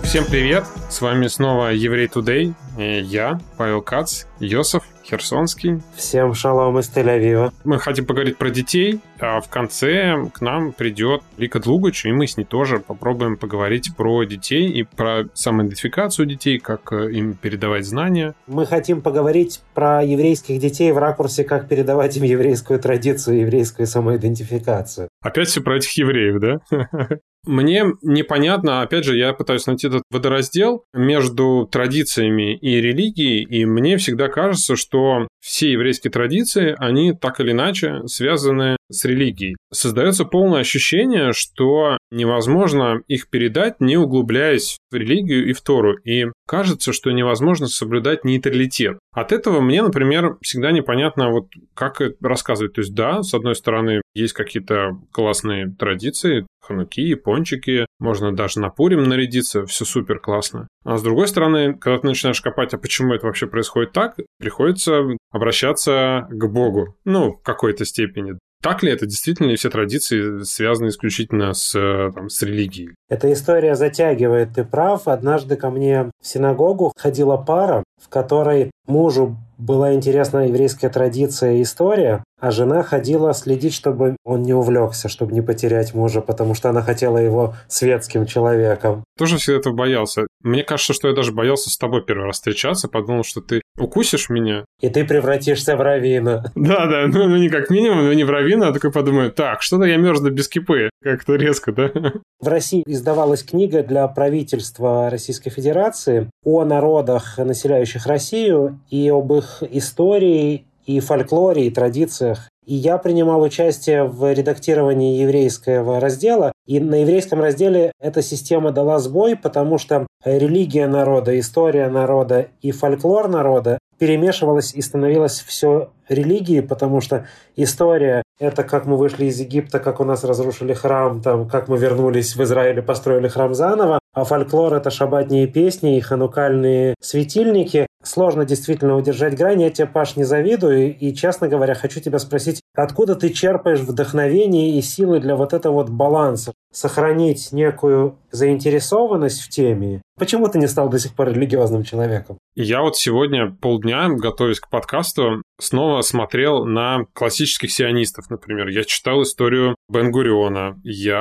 Всем привет! С вами снова Еврей Today. И я, Павел Кац, Йосиф Херсонский. Всем шалом из Тель-Авива. Мы хотим поговорить про детей, а в конце к нам придет Лика Длугач, и мы с ней тоже попробуем поговорить про детей и про самоидентификацию детей, как им передавать знания. Мы хотим поговорить про еврейских детей в ракурсе, как передавать им еврейскую традицию, еврейскую самоидентификацию. Опять все про этих евреев, да? Мне непонятно, опять же, я пытаюсь найти этот водораздел между традициями и религией, и мне всегда кажется, что все еврейские традиции, они так или иначе связаны с религией. Создается полное ощущение, что невозможно их передать, не углубляясь в религию и в Тору, и кажется, что невозможно соблюдать нейтралитет. От этого мне, например, всегда непонятно, вот как это рассказывать. То есть, да, с одной стороны, есть какие-то классные традиции, хануки, пончики, можно даже на Пурим нарядиться, все супер классно. А с другой стороны, когда ты начинаешь копать, а почему это вообще происходит так, приходится обращаться к Богу, в какой-то степени. Так ли это действительно, ли все традиции связаны исключительно с религией? Эта история затягивает, ты прав. Однажды ко мне в синагогу ходила пара, в которой мужу была интересна еврейская традиция и история, а жена ходила следить, чтобы он не увлекся, чтобы не потерять мужа, потому что она хотела его светским человеком. Тоже всегда этого боялся. Мне кажется, что я даже боялся с тобой первый раз встречаться, подумал, что ты укусишь меня. И ты превратишься в раввина. Да, не как минимум, но не в раввина, а такой подумаю, так, что-то я мерзну без кипы. Как-то резко, да? В России издавалась книга для правительства Российской Федерации о народах, населяющих Россию, и об их истории, и фольклоре, и традициях. И я принимал участие в редактировании еврейского раздела, и на еврейском разделе эта система дала сбой, потому что религия народа, история народа и фольклор народа перемешивалась и становилось все религией, потому что история — это как мы вышли из Египта, как у нас разрушили храм, как мы вернулись в Израиль и построили храм заново, а фольклор — это шаббатные песни и ханукальные светильники. Сложно действительно удержать грань, я тебе, Паш, не завидую, и, честно говоря, хочу тебя спросить, откуда ты черпаешь вдохновение и силы для вот этого баланса? Сохранить некую заинтересованность в теме? Почему ты не стал до сих пор религиозным человеком? Я вот сегодня полдня, готовясь к подкасту, снова смотрел на классических сионистов, например. Я читал историю Бен-Гуриона,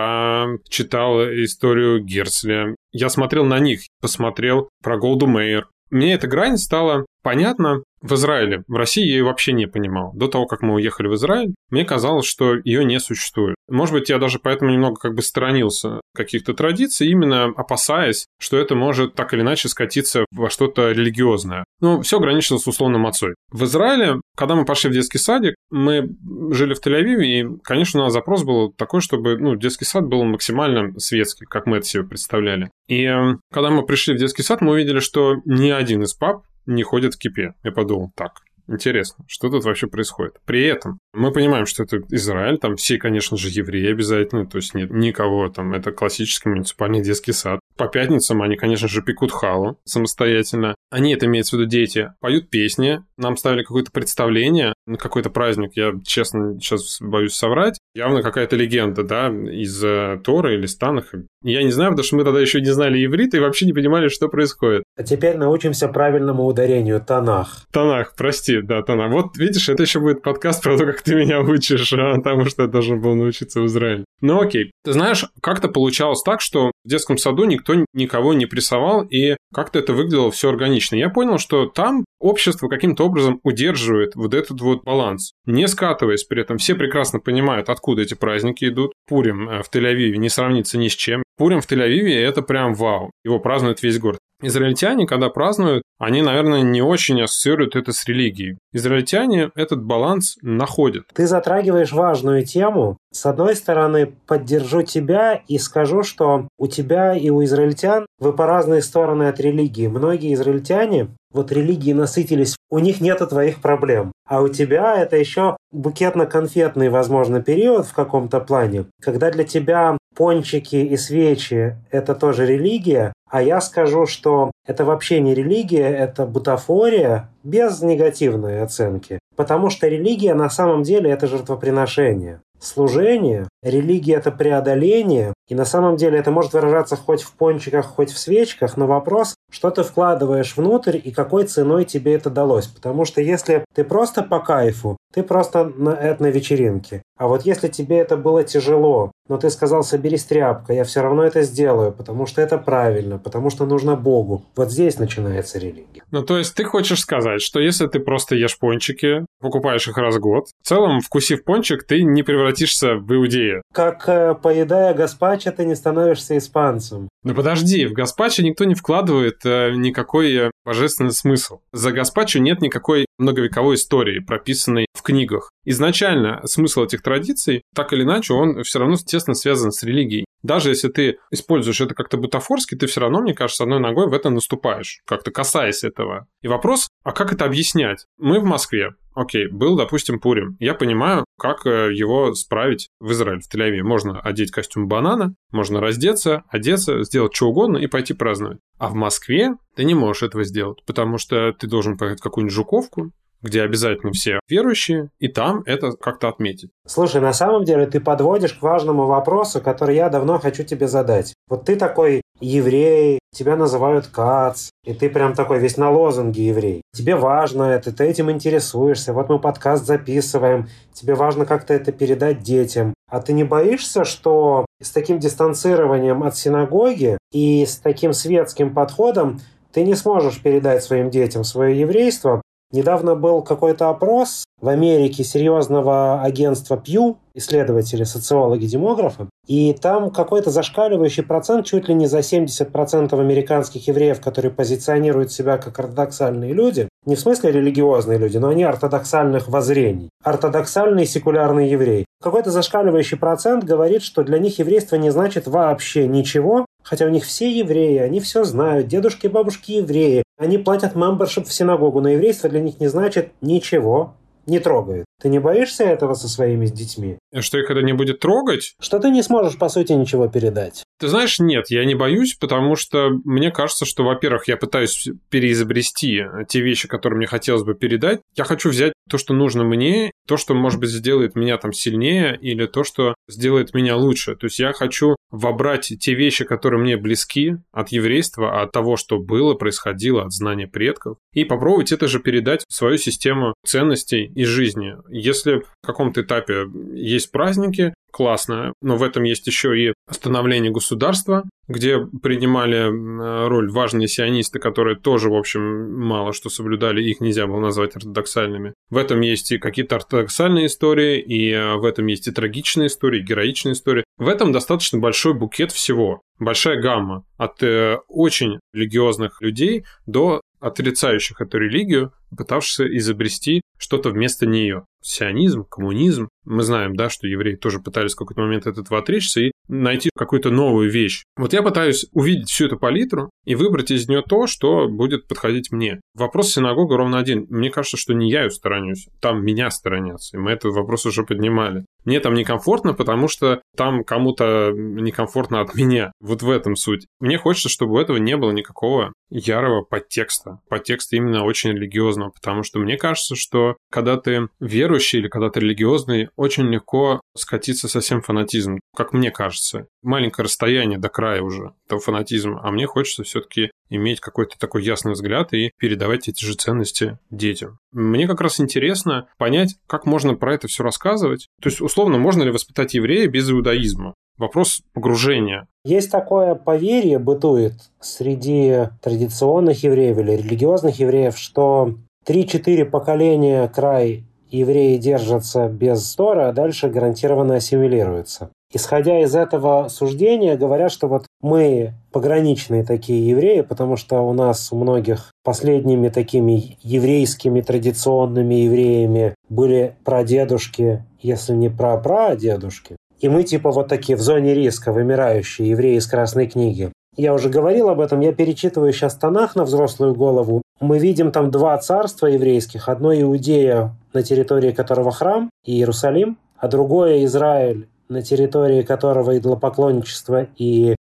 я читал историю Герцля, я смотрел на них, посмотрел про Голду Меир. Мне эта грань стала понятна в Израиле. В России я ее вообще не понимал. До того, как мы уехали в Израиль, мне казалось, что ее не существует. Может быть, я даже поэтому немного сторонился каких-то традиций, именно опасаясь, что это может так или иначе скатиться во что-то религиозное. Все ограничилось условным отцой. В Израиле, когда мы пошли в детский садик, мы жили в Тель-Авиве, и, конечно, у нас запрос был такой, чтобы детский сад был максимально светский, как мы это себе представляли. И когда мы пришли в детский сад, мы увидели, что ни один из пап не ходит в кипе. Я подумал, так, интересно, что тут вообще происходит? При этом мы понимаем, что это Израиль, там все, конечно же, евреи обязательно, то есть нет никого, это классический муниципальный детский сад. По пятницам они, конечно же, пекут халу самостоятельно. Они, это имеется в виду дети, поют песни, нам ставили какое-то представление на какой-то праздник, я, честно, сейчас боюсь соврать, явно какая-то легенда, да, из Торы или Танаха. Я не знаю, потому что мы тогда еще не знали иврит и вообще не понимали, что происходит. А теперь научимся правильному ударению. Танах. Танах, прости, да, Танах. Вот, видишь, это еще будет подкаст про то, как ты меня учишь, потому что я должен был научиться в Израиле. Окей. Ты знаешь, как-то получалось так, что в детском саду никто никого не прессовал, и как-то это выглядело все органично. Я понял, что там общество каким-то образом удерживает вот этот вот баланс, не скатываясь при этом. Все прекрасно понимают, откуда эти праздники идут. Пурим в Тель-Авиве не сравнится ни с чем. Пурим в Тель-Авиве – это прям вау. Его празднует весь город. Израильтяне, когда празднуют, они, наверное, не очень ассоциируют это с религией. Израильтяне этот баланс находят. Ты затрагиваешь важную тему. С одной стороны, поддержу тебя и скажу, что у тебя и у израильтян вы по разные стороны от религии. Многие израильтяне религии насытились, у них нету твоих проблем. А у тебя это еще букетно-конфетный, возможно, период в каком-то плане, когда для тебя пончики и свечи – это тоже религия, а я скажу, что это вообще не религия, это бутафория без негативной оценки. Потому что религия на самом деле – это жертвоприношение. служение, религия – это преодоление, и на самом деле это может выражаться хоть в пончиках, хоть в свечках, но вопрос, что ты вкладываешь внутрь и какой ценой тебе это далось. Потому что если ты просто по кайфу, ты просто на этно-вечеринке. А вот если тебе это было тяжело, но ты сказал: соберись, тряпка, я все равно это сделаю, потому что это правильно, потому что нужно Богу. Вот здесь начинается религия. Ну, то есть ты хочешь сказать, что если ты просто ешь пончики, покупаешь их раз в год, в целом, вкусив пончик, ты не превратишься в иудея? Как поедая гаспачо, ты не становишься испанцем. Ну подожди, в гаспачо никто не вкладывает никакой божественный смысл. За гаспачо нет никакой многовековой истории, прописанной в книгах. Изначально смысл этих традиций, так или иначе, он все равно тесно связан с религией. Даже если ты используешь это как-то бутафорски, ты все равно, мне кажется, одной ногой в это наступаешь, как-то касаясь этого. И вопрос, а как это объяснять? Мы в Москве. Окей, был, допустим, Пурим. Я понимаю, как его справить в Израиле, в Тель-Авиве. Можно одеть костюм банана, можно раздеться, одеться, сделать что угодно и пойти праздновать. А в Москве ты не можешь этого сделать, потому что ты должен поехать в какую-нибудь Жуковку, где обязательно все верующие, и там это как-то отметить. Слушай, на самом деле ты подводишь к важному вопросу, который я давно хочу тебе задать. Вот ты такой еврей, тебя называют Кац, и ты прям такой весь на лозунге еврей. Тебе важно это, ты этим интересуешься, вот мы подкаст записываем, тебе важно как-то это передать детям. А ты не боишься, что с таким дистанцированием от синагоги и с таким светским подходом ты не сможешь передать своим детям свое еврейство? Недавно был какой-то опрос в Америке серьезного агентства Pew, исследователи, социологи, демографы, и там какой-то зашкаливающий процент, чуть ли не за 70% американских евреев, которые позиционируют себя как ортодоксальные люди, не в смысле религиозные люди, но они ортодоксальных воззрений, ортодоксальный секулярный еврей. Какой-то зашкаливающий процент говорит, что для них еврейство не значит вообще ничего, хотя у них все евреи, они все знают, дедушки и бабушки евреи, они платят мембершип в синагогу, но еврейство для них не значит ничего, не трогает. Ты не боишься этого со своими детьми? Что их это не будет трогать? Что ты не сможешь, по сути, ничего передать? Ты знаешь, нет, я не боюсь, потому что мне кажется, что, во-первых, я пытаюсь переизобрести те вещи, которые мне хотелось бы передать. Я хочу взять то, что нужно мне, то, что, может быть, сделает меня там сильнее, или то, что сделает меня лучше. То есть я хочу вобрать те вещи, которые мне близки от еврейства, от того, что было, происходило, от знания предков, и попробовать это же передать в свою систему ценностей и жизни. Если в каком-то этапе есть праздники, классно, но в этом есть еще и становление государства, где принимали роль важные сионисты, которые тоже, в общем, мало что соблюдали, их нельзя было назвать ортодоксальными. В этом есть и какие-то ортодоксальные истории, и в этом есть и трагичные истории, и героичные истории. В этом достаточно большой букет всего, большая гамма от очень религиозных людей до отрицающих эту религию, пытавшихся изобрести что-то вместо нее. Сионизм, коммунизм. Мы знаем, да, что евреи тоже пытались в какой-то момент от этого отречься и найти какую-то новую вещь. Вот я пытаюсь увидеть всю эту палитру и выбрать из нее то, что будет подходить мне. Вопрос синагога ровно один. Мне кажется, что не я ее сторонюсь, там меня сторонятся. И мы этот вопрос уже поднимали. Мне там некомфортно, потому что там кому-то некомфортно от меня. Вот в этом суть. Мне хочется, чтобы у этого не было никакого ярого подтекста. Подтекста именно очень религиозного, потому что мне кажется, что когда ты верующий или когда ты религиозный, очень легко скатиться совсем в фанатизм, как мне кажется. Маленькое расстояние до края уже этого фанатизма, а мне хочется все-таки иметь какой-то такой ясный взгляд и передавать эти же ценности детям. Мне как раз интересно понять, как можно про это все рассказывать. То есть, условно, можно ли воспитать еврея без иудаизма? Вопрос погружения. Есть такое поверье, бытует среди традиционных евреев или религиозных евреев, что 3-4 поколения край евреи держатся без Торы, а дальше гарантированно ассимилируются. Исходя из этого суждения, говорят, что вот мы пограничные такие евреи, потому что у нас у многих последними такими еврейскими традиционными евреями были прадедушки, если не прапрадедушки. И мы типа вот такие в зоне риска, вымирающие евреи из Красной книги. Я уже говорил об этом, я перечитываю сейчас Танах на взрослую голову. Мы видим там 2 царства еврейских. Одно Иудея, на территории которого храм и Иерусалим, а другое Израиль, на территории которого идолопоклонничество и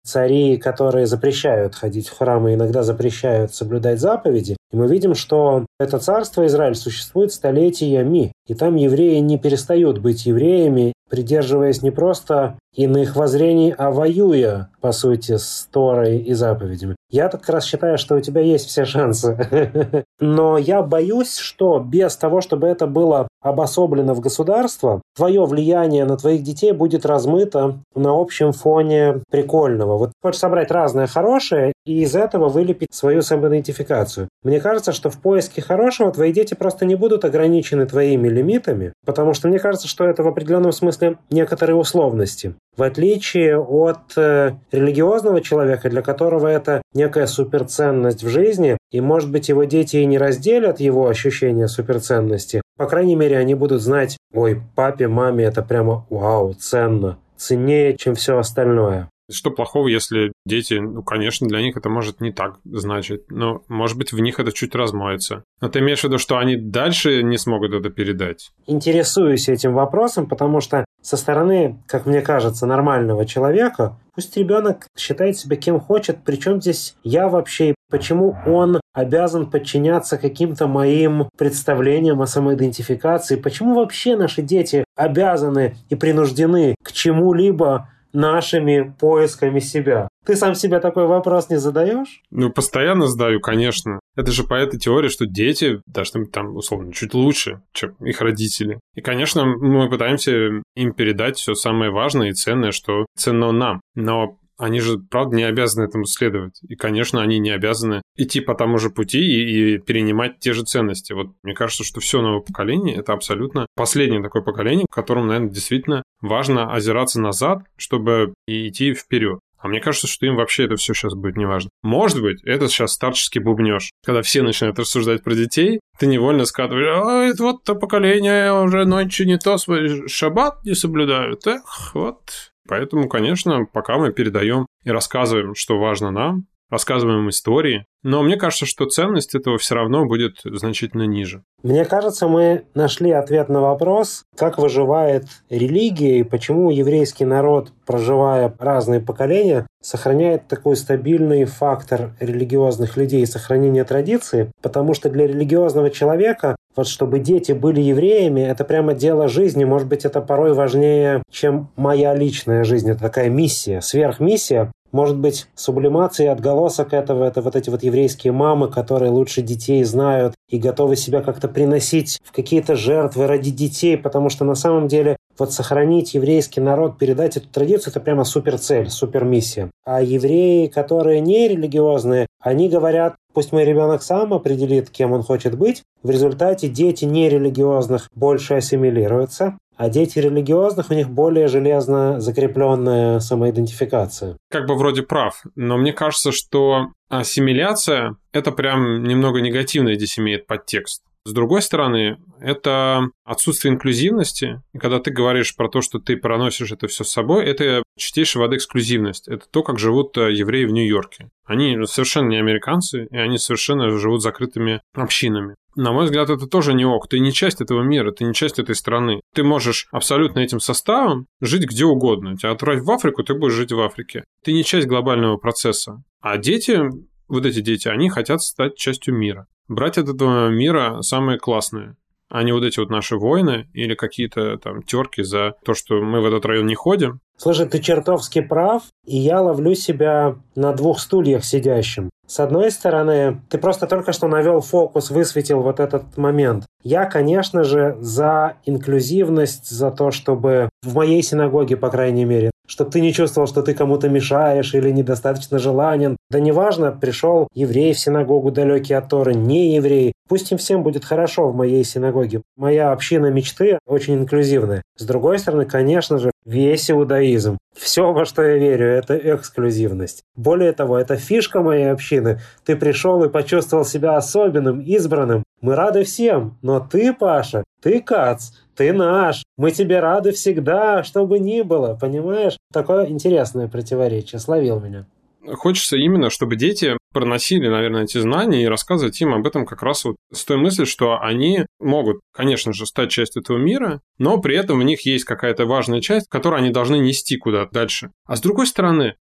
цари, которые запрещают ходить в храм и иногда запрещают соблюдать заповеди. И мы видим, что это царство Израиль существует столетиями. И там евреи не перестают быть евреями, придерживаясь не просто иных воззрений, а воюя, по сути, с Торой и заповедями. Я как раз считаю, что у тебя есть все шансы. Но я боюсь, что без того, чтобы это было обособлено в государство, твое влияние на твоих детей будет размыто на общем фоне прикольного. Вот хочешь собрать разное хорошее и из этого вылепить свою самоидентификацию. Мне кажется, что в поиске хорошего твои дети просто не будут ограничены твоими лимитами, потому что мне кажется, что это в определенном смысле некоторые условности. В отличие от религиозного человека, для которого это некая суперценность в жизни, и, может быть, его дети и не разделят его ощущение суперценности, по крайней мере, они будут знать, ой, папе, маме это прямо вау, ценно, ценнее, чем все остальное. Что плохого, если дети, конечно, для них это может не так значить, но, может быть, в них это чуть размоется. Но ты имеешь в виду, что они дальше не смогут это передать? Интересуюсь этим вопросом, потому что со стороны, как мне кажется, нормального человека, пусть ребенок считает себя кем хочет, причем здесь я вообще, и почему он обязан подчиняться каким-то моим представлениям о самоидентификации, почему вообще наши дети обязаны и принуждены к чему-либо нашими поисками себя. Ты сам себе такой вопрос не задаешь? Постоянно задаю, конечно. Это же по этой теории, что дети должны быть там, условно, чуть лучше, чем их родители. И, конечно, мы пытаемся им передать все самое важное и ценное, что ценно нам. Но они же, правда, не обязаны этому следовать. И, конечно, они не обязаны идти по тому же пути и перенимать те же ценности. Вот мне кажется, что все новое поколение – это абсолютно последнее такое поколение, в котором, наверное, действительно важно озираться назад, чтобы идти вперед. А мне кажется, что им вообще это все сейчас будет неважно. Может быть, это сейчас старческий бубнёж. Когда все начинают рассуждать про детей, ты невольно скатываешь, это вот то поколение уже ночью не то, свой шаббат не соблюдают. Вот. Поэтому, конечно, пока мы передаем и рассказываем, что важно нам, рассказываем истории, но мне кажется, что ценность этого все равно будет значительно ниже. Мне кажется, мы нашли ответ на вопрос, как выживает религия и почему еврейский народ, проживая разные поколения, сохраняет такой стабильный фактор религиозных людей, сохранения традиции, потому что для религиозного человека, вот чтобы дети были евреями, это прямо дело жизни, может быть, это порой важнее, чем моя личная жизнь, это такая миссия, сверхмиссия. Может быть, сублимация и отголосок этого – это вот эти вот еврейские мамы, которые лучше детей знают и готовы себя как-то приносить в какие-то жертвы ради детей, потому что на самом деле вот сохранить еврейский народ, передать эту традицию – это прямо суперцель, супермиссия. А евреи, которые не религиозные, они говорят, пусть мой ребенок сам определит, кем он хочет быть. В результате дети нерелигиозных больше ассимилируются, а дети религиозных, у них более железно закрепленная самоидентификация. Как бы вроде прав, но мне кажется, что ассимиляция – это прям немного негативный здесь имеет подтекст. С другой стороны, это отсутствие инклюзивности. И когда ты говоришь про то, что ты проносишь это все с собой, это чистейшая вода эксклюзивность. Это то, как живут евреи в Нью-Йорке. Они совершенно не американцы, и они совершенно живут закрытыми общинами. На мой взгляд, это тоже не ок. Ты не часть этого мира, ты не часть этой страны. Ты можешь абсолютно этим составом жить где угодно. Тебя отправить в Африку, ты будешь жить в Африке. Ты не часть глобального процесса. А дети, вот эти дети, они хотят стать частью мира. Брать от этого мира самые классные, а не вот эти вот наши войны или какие-то там терки за то, что мы в этот район не ходим. Слушай, ты чертовски прав, и я ловлю себя на двух стульях сидящим. С одной стороны, ты просто только что навел фокус, высветил вот этот момент. Я, конечно же, за инклюзивность, за то, чтобы в моей синагоге, по крайней мере, чтобы ты не чувствовал, что ты кому-то мешаешь или недостаточно желанен. Да неважно, пришел еврей в синагогу, далекий от Торы, не еврей. Пусть им всем будет хорошо в моей синагоге. Моя община мечты очень инклюзивная. С другой стороны, конечно же, весь иудаизм. Все, во что я верю, это эксклюзивность. Более того, это фишка моей общины. Ты пришел и почувствовал себя особенным, избранным. Мы рады всем, но ты, Паша, ты Кац, ты наш. Мы тебе рады всегда, что бы ни было, понимаешь? Такое интересное противоречие. Словил меня. Хочется именно, чтобы дети проносили, наверное, эти знания и рассказывать им об этом как раз вот с той мыслью, что они могут, конечно же, стать частью этого мира, но при этом у них есть какая-то важная часть, которую они должны нести куда-то дальше. А с другой стороны,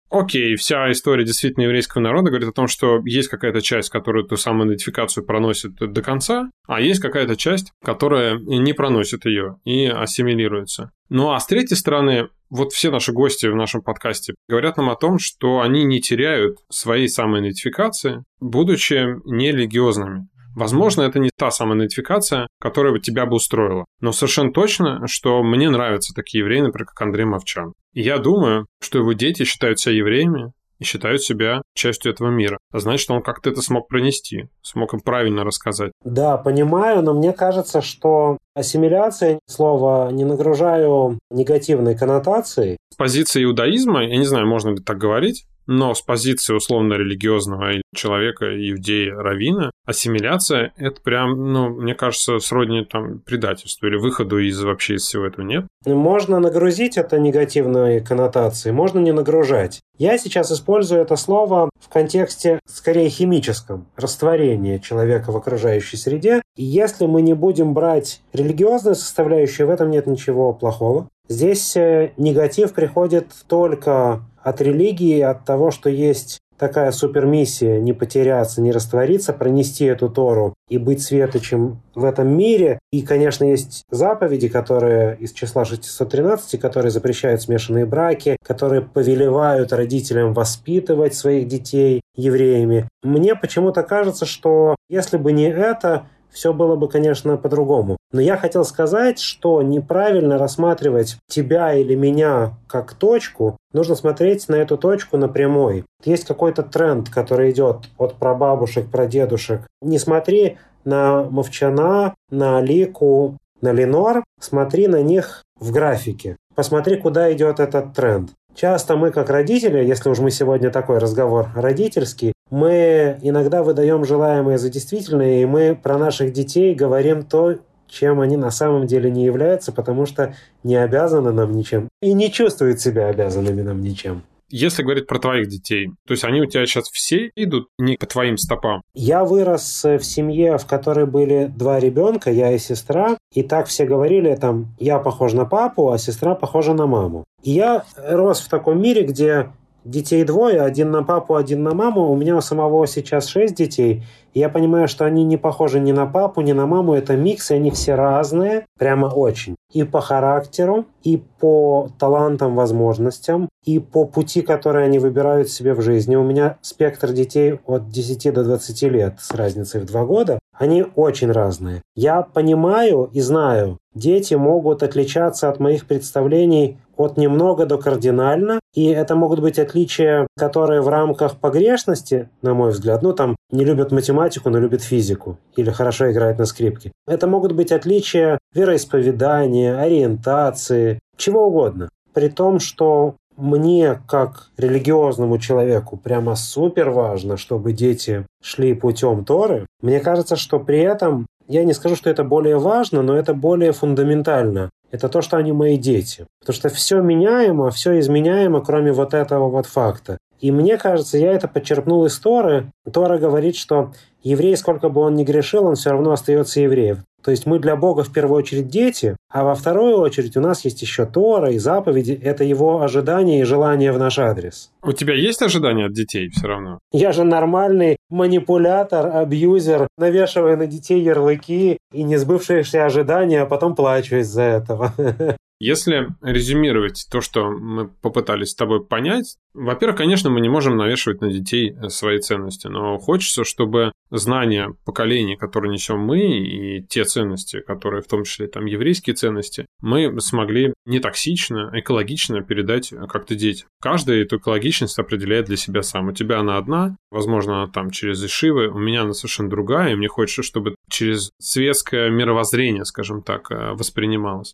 окей, вся история действительно еврейского народа говорит о том, что есть какая-то часть, которая ту самую идентификацию проносит до конца, а есть какая-то часть, которая не проносит ее и ассимилируется. Ну а с третьей стороны, вот все наши гости в нашем подкасте говорят нам о том, что они не теряют своей самоидентификации, будучи нерелигиозными. Возможно, это не та самая идентификация, которая бы тебя бы устроила. Но совершенно точно, что мне нравятся такие евреи, например, как Андрей Мовчан. И я думаю, что его дети считают себя евреями и считают себя частью этого мира. А значит, он как-то это смог пронести, смог им правильно рассказать. Да, понимаю, но мне кажется, что ассимиляция, слово не нагружаю негативной коннотацией. С позиции иудаизма, я не знаю, можно ли так говорить, но с позиции условно-религиозного человека, иудея, раввина, ассимиляция – это прям, мне кажется, сродни предательству или выходу вообще из всего этого, нет? Можно нагрузить это негативной коннотацией, можно не нагружать. Я сейчас использую это слово в контексте скорее химическом, растворения человека в окружающей среде. И если мы не будем брать религиозную составляющую, в этом нет ничего плохого. Здесь негатив приходит только от религии, от того, что есть такая супермиссия не потеряться, не раствориться, пронести эту Тору и быть светочем в этом мире. И, конечно, есть заповеди, которые из числа 613, которые запрещают смешанные браки, которые повелевают родителям воспитывать своих детей евреями. Мне почему-то кажется, что если бы не это, все было бы, конечно, по-другому. Но я хотел сказать, что неправильно рассматривать тебя или меня как точку. Нужно смотреть на эту точку напрямую. Есть какой-то тренд, который идет от прабабушек, прадедушек. Не смотри на Мовчана, на Лику, на Ленор. Смотри на них в графике. Посмотри, куда идет этот тренд. Часто мы, как родители, если уж мы сегодня такой разговор родительский, мы иногда выдаем желаемое за действительное, и мы про наших детей говорим то, чем они на самом деле не являются, потому что не обязаны нам ничем и не чувствуют себя обязанными нам ничем. Если говорить про твоих детей, то есть они у тебя сейчас все идут не по твоим стопам? Я вырос в семье, в которой были 2 ребенка, я и сестра, и так все говорили, я похож на папу, а сестра похожа на маму. И я рос в таком мире, где детей 2, 1 на папу, 1 на маму. У меня у самого сейчас 6 детей. И я понимаю, что они не похожи ни на папу, ни на маму. Это микс, и они все разные, прямо очень. И по характеру, и по талантам, возможностям, и по пути, который они выбирают себе в жизни. У меня спектр детей от 10 до 20 лет с разницей в 2 года. Они очень разные. Я понимаю и знаю, дети могут отличаться от моих представлений от немного до кардинально, и это могут быть отличия, которые в рамках погрешности, на мой взгляд, не любят математику, но любят физику, или хорошо играют на скрипке. Это могут быть отличия вероисповедания, ориентации, чего угодно. При том, что мне, как религиозному человеку, прямо супер важно, чтобы дети шли путем Торы. Мне кажется, что при этом, я не скажу, что это более важно, но это более фундаментально. Это то, что они мои дети. Потому что все меняемо, все изменяемо, кроме вот этого факта. И мне кажется, я это подчерпнул из Торы. Тора говорит, что еврей, сколько бы он ни грешил, он все равно остается евреем. То есть мы для Бога в первую очередь дети, а во вторую очередь у нас есть еще Тора и заповеди. Это его ожидания и желания в наш адрес. У тебя есть ожидания от детей все равно? Я же нормальный манипулятор, абьюзер, навешивая на детей ярлыки и несбывшиеся ожидания, а потом плачу из-за этого. Если резюмировать то, что мы попытались с тобой понять, во-первых, конечно, мы не можем навешивать на детей свои ценности, но хочется, чтобы знания поколений, которые несем мы, и те ценности, которые в том числе еврейские ценности, мы смогли не токсично, экологично передать как-то детям. Каждый эту экологичность определяет для себя сам. У тебя она одна, возможно, она через ишивы, у меня она совершенно другая, и мне хочется, чтобы через светское мировоззрение, скажем так, воспринималось.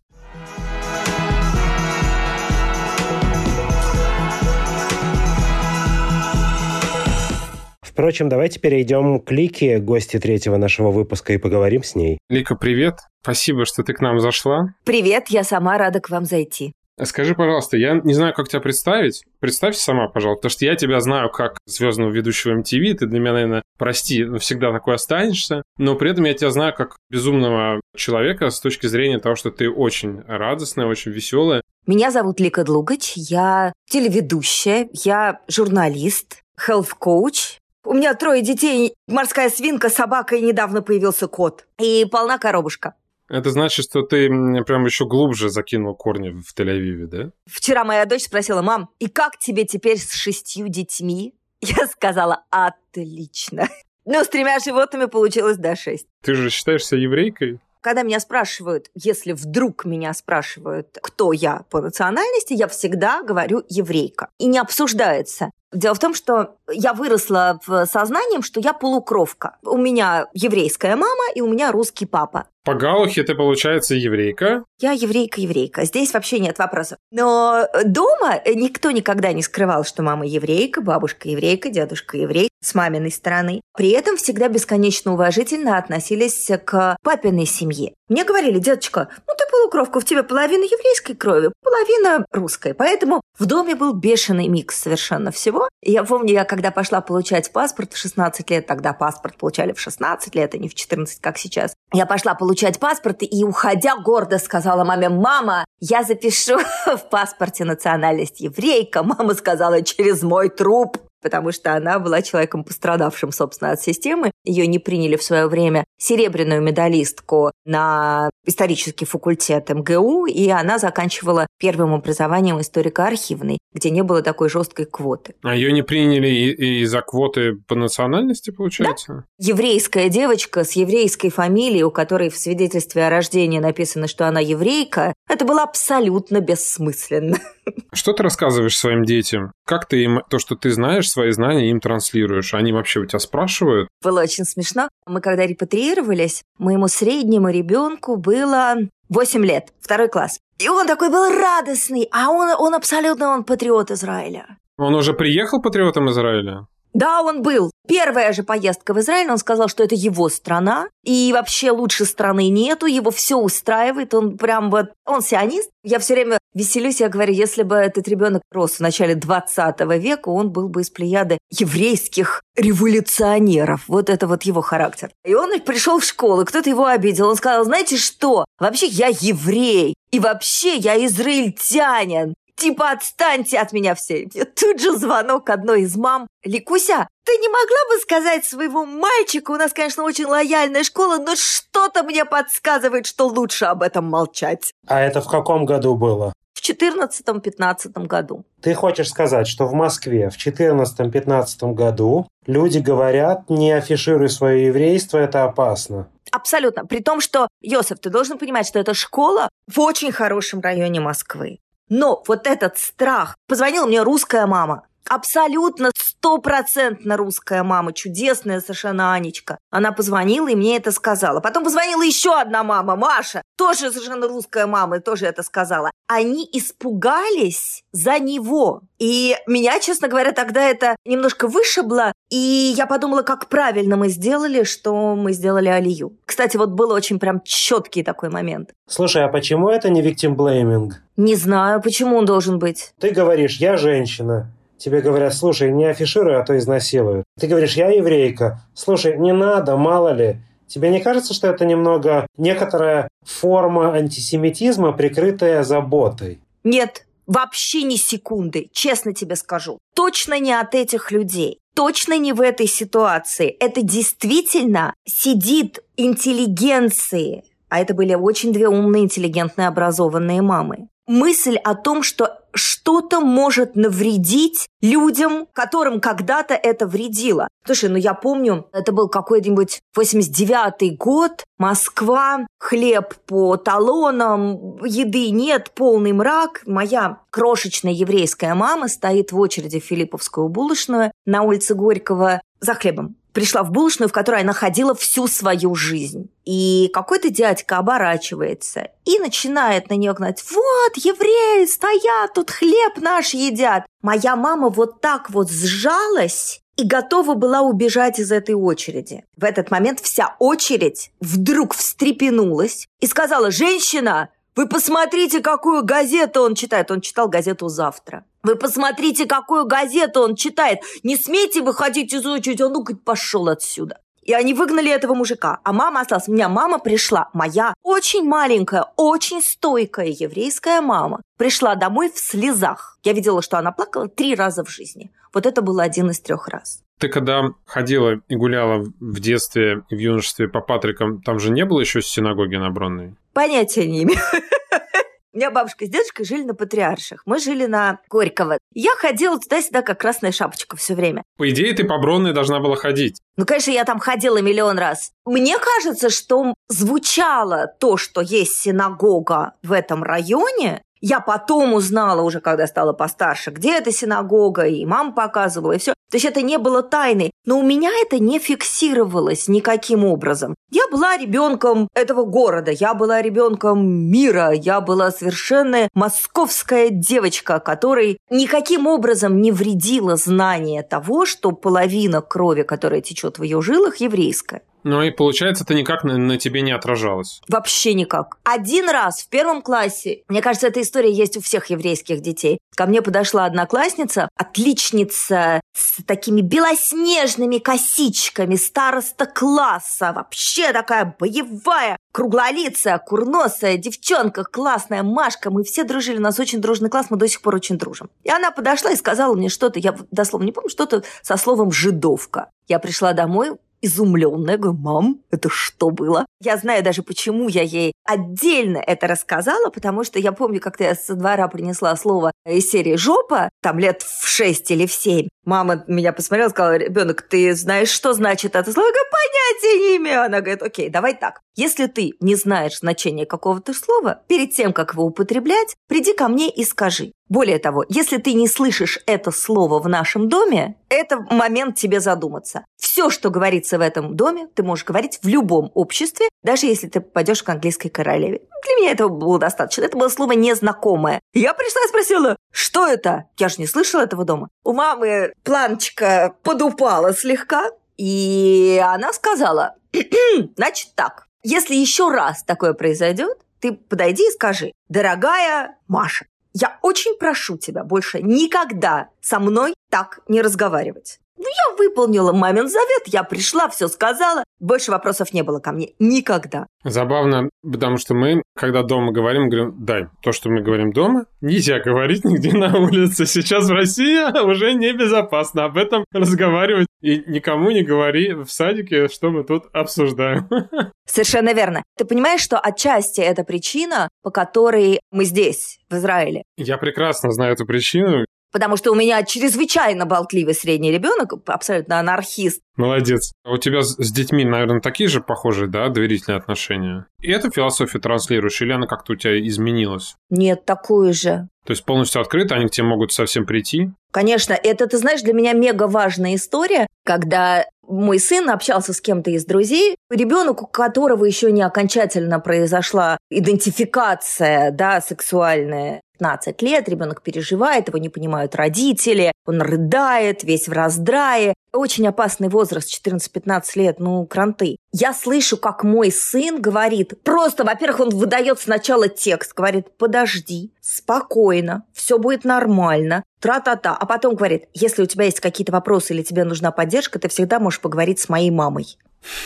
Впрочем, давайте перейдем к Лике, гости 3-го нашего выпуска, и поговорим с ней. Лика, привет. Спасибо, что ты к нам зашла. Привет, я сама рада к вам зайти. Скажи, пожалуйста, я не знаю, как тебя представить. Представься сама, пожалуйста, потому что я тебя знаю как звездного ведущего MTV. Ты для меня, наверное, прости, всегда такой останешься. Но при этом я тебя знаю как безумного человека с точки зрения того, что ты очень радостная, очень веселая. Меня зовут Лика Длугач, я телеведущая, я журналист, health-коуч. У меня 3 детей, морская свинка, собака и недавно появился кот. И полна коробушка. Это значит, что ты прям еще глубже закинул корни в Тель-Авиве, да? Вчера моя дочь спросила: мам, и как тебе теперь с 6 детьми? Я сказала: отлично. Но с 3 животными получилось до 6. Ты же считаешься еврейкой? Когда меня спрашивают, если вдруг меня спрашивают, кто я по национальности, я всегда говорю еврейка. И не обсуждается. Дело в том, что я выросла в сознанием, что я полукровка. У меня еврейская мама и у меня русский папа. По галухе ты, получается, еврейка? Я еврейка. Здесь вообще нет вопросов. Но дома никто никогда не скрывал, что мама еврейка, бабушка еврейка, дедушка еврей с маминой стороны. При этом всегда бесконечно уважительно относились к папиной семье. Мне говорили: деточка, ты полукровка, в тебе половина еврейской крови, половина русской. Поэтому в доме был бешеный микс совершенно всего. И я помню, я когда пошла получать паспорт в 16 лет, тогда паспорт получали в 16 лет, а не в 14, как сейчас. Я пошла получать паспорт и, уходя, гордо сказала маме: мама, я запишу в паспорте национальность еврейка. Мама сказала: через мой труп. Потому что она была человеком, пострадавшим, собственно, от системы. Ее не приняли в свое время серебряную медалистку на исторический факультет МГУ, и она заканчивала первым образованием историко-архивной, где не было такой жесткой квоты. А ее не приняли из-за квоты по национальности, получается? Да. Еврейская девочка с еврейской фамилией, у которой в свидетельстве о рождении написано, что она еврейка, это было абсолютно бессмысленно. Что ты рассказываешь своим детям? Как ты им то, что ты знаешь, свои знания им транслируешь? Они вообще у тебя спрашивают? Было очень смешно. Мы когда репатриировались, моему среднему ребенку было 8 лет, 2 класс. И он такой был радостный, а он абсолютно патриот Израиля. Он уже приехал патриотом Израиля? Да, он был. Первая же поездка в Израиль, он сказал, что это его страна, и вообще лучше страны нету, его все устраивает, он прям он сионист. Я все время веселюсь, я говорю, если бы этот ребенок рос в начале 20 века, он был бы из плеяды еврейских революционеров. Вот это его характер. И он пришел в школу, кто-то его обидел, он сказал: знаете что, вообще я еврей, и вообще я израильтянин. Типа, отстаньте от меня все. И тут же звонок одной из мам. Ликуся, ты не могла бы сказать своему мальчику, у нас, конечно, очень лояльная школа, но что-то мне подсказывает, что лучше об этом молчать. А это в каком году было? В 14-15 году. Ты хочешь сказать, что в Москве в 14-15 году люди говорят: не афишируй свое еврейство, это опасно? Абсолютно. При том, что, Йосиф, ты должен понимать, что это школа в очень хорошем районе Москвы. Но вот этот страх. Позвонила мне русская мама. Абсолютно 100% русская мама. Чудесная совершенно Анечка. Она позвонила и мне это сказала. Потом позвонила еще одна мама, Маша. Тоже совершенно русская мама, и тоже это сказала. Они испугались за него. И меня, честно говоря, тогда это немножко вышибло. И я подумала, как правильно мы сделали, что мы сделали алию. Кстати, был очень прям четкий такой момент. Слушай, а почему это не victim blaming? Не знаю, почему он должен быть. Ты говоришь: я женщина. Тебе говорят: слушай, не афишируй, а то изнасилуют. Ты говоришь: я еврейка. Слушай, не надо, мало ли. Тебе не кажется, что это немного некоторая форма антисемитизма, прикрытая заботой? Нет, вообще ни секунды, честно тебе скажу. Точно не от этих людей. Точно не в этой ситуации. Это действительно сидит интеллигенции. А это были очень 2 умные, интеллигентные, образованные мамы. Мысль о том, что что-то может навредить людям, которым когда-то это вредило. Слушай, я помню, это был какой-нибудь 89-й год, Москва, хлеб по талонам, еды нет, полный мрак. Моя крошечная еврейская мама стоит в очереди в Филипповскую булочную на улице Горького за хлебом. Пришла в булочную, в которой она ходила всю свою жизнь. И какой-то дядька оборачивается и начинает на нее гнать: вот, евреи стоят, тут хлеб наш едят. Моя мама так сжалась и готова была убежать из этой очереди. В этот момент вся очередь вдруг встрепенулась и сказала: женщина, вы посмотрите, какую газету он читает. Он читал газету «Завтра». Вы посмотрите, какую газету он читает. Не смейте выходить из очереди. Он говорит: пошел отсюда. И они выгнали этого мужика, а мама осталась. У меня мама пришла, моя очень маленькая, очень стойкая еврейская мама, пришла домой в слезах. Я видела, что она плакала 3 раза в жизни. Вот это был 1 из 3 раз. Ты когда ходила и гуляла в детстве и в юношестве по Патрикам, там же не было еще синагоги на Бронной? Понятия не имею. У меня бабушка с дедушкой жили на Патриарших. Мы жили на Горького. Я ходила туда-сюда, как красная шапочка все время. По идее, ты по Бронной должна была ходить. Ну, конечно, я там ходила миллион раз. Мне кажется, что звучало то, что есть синагога в этом районе. Я потом узнала уже, когда стала постарше, где эта синагога, и мама показывала, и все. То есть это не было тайной. Но у меня это не фиксировалось никаким образом. Я была ребенком этого города, я была ребенком мира, я была совершенно московская девочка, которой никаким образом не вредило знание того, что половина крови, которая течет в ее жилах, еврейская. Ну и получается, это никак на тебе не отражалось. Вообще никак. 1 раз в 1 классе, мне кажется, эта история есть у всех еврейских детей, ко мне подошла одноклассница, отличница с такими белоснежными косичками, староста класса, вообще такая боевая, круглолицая, курносая девчонка, классная Машка. Мы все дружили, у нас очень дружный класс, мы до сих пор очень дружим. И она подошла и сказала мне что-то, я дословно не помню, что-то со словом «жидовка». Я пришла домой, изумленная, говорю: мам, это что было? Я знаю даже, почему я ей отдельно это рассказала, потому что я помню, как-то я со двора принесла слово из серии «жопа», там лет в 6 или в 7. Мама меня посмотрела и сказала: ребенок, ты знаешь, что значит это слово? Я говорю: понятия не имею. Она говорит: окей, давай так. Если ты не знаешь значение какого-то слова, перед тем, как его употреблять, приди ко мне и скажи. Более того, если ты не слышишь это слово в нашем доме, это момент тебе задуматься. Все, что говорится в этом доме, ты можешь говорить в любом обществе, даже если ты попадешь к английской королеве. Для меня этого было достаточно. Это было слово незнакомое. Я пришла и спросила: что это? Я же не слышала этого дома. У мамы планочка подупала слегка, и она сказала: значит так, если еще раз такое произойдет, ты подойди и скажи: дорогая Маша, я очень прошу тебя больше никогда со мной так не разговаривать. Ну, я выполнила мамин завет, я пришла, все сказала. Больше вопросов не было ко мне никогда. Забавно, потому что мы, когда дома говорим, дай, то, что мы говорим дома, нельзя говорить нигде на улице. Сейчас в России уже небезопасно об этом разговаривать. И никому не говори в садике, что мы тут обсуждаем. Совершенно верно. Ты понимаешь, что отчасти это причина, по которой мы здесь, в Израиле? Я прекрасно знаю эту причину. Потому что у меня чрезвычайно болтливый средний ребенок, абсолютно анархист. Молодец. А у тебя с детьми, наверное, такие же похожие, да, доверительные отношения? И эту философию транслируешь, или она как-то у тебя изменилась? Нет, такую же. То есть полностью открыто, они к тебе могут совсем прийти? Конечно, это, ты знаешь, для меня мега важная история, когда мой сын общался с кем-то из друзей, ребенок, у которого еще не окончательно произошла идентификация, да, сексуальная. 15 лет, ребенок переживает, его не понимают родители, он рыдает, весь в раздрае. Очень опасный возраст, 14-15 лет, кранты. Я слышу, как мой сын говорит, просто, во-первых, он выдает сначала текст, говорит: подожди, спокойно, все будет нормально, тра-та-та. А потом говорит: если у тебя есть какие-то вопросы или тебе нужна поддержка, ты всегда можешь поговорить с моей мамой.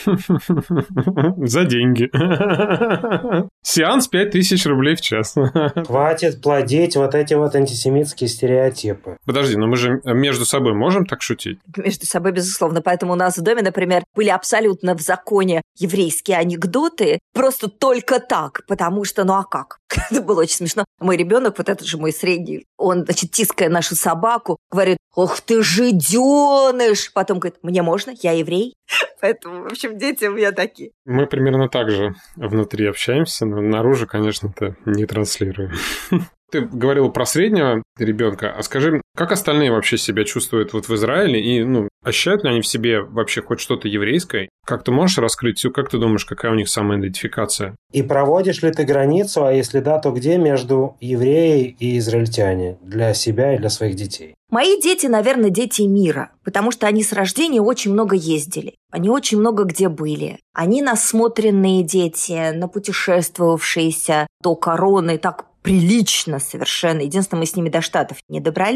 За деньги. Сеанс 5000 рублей в час. Хватит плодить вот эти вот антисемитские стереотипы. Подожди, но мы же между собой можем так шутить? Между собой, безусловно. Поэтому у нас в доме, например, были абсолютно в законе еврейские анекдоты. Просто только так. Потому что, а как? Это было очень смешно. Мой ребенок, вот этот же мой средний, он, тиская нашу собаку, говорит: ох ты жиденыш! Потом говорит: мне можно? Я еврей. Поэтому, в общем, дети у меня такие. Мы примерно так же внутри общаемся, но наружу, конечно-то, не транслируем. Ты говорила про среднего ребенка, а скажи, как остальные вообще себя чувствуют вот в Израиле, и, ощущают ли они в себе вообще хоть что-то еврейское? Как ты можешь раскрыть, как ты думаешь, какая у них самоидентификация? И проводишь ли ты границу, а если да, то где, между евреи и израильтяне для себя и для своих детей? Мои дети, наверное, дети мира, потому что они с рождения очень много ездили. Они очень много где были. Они насмотренные дети, напутешествовавшиеся до короны, так прилично совершенно. Единственное, мы с ними до Штатов не добрались.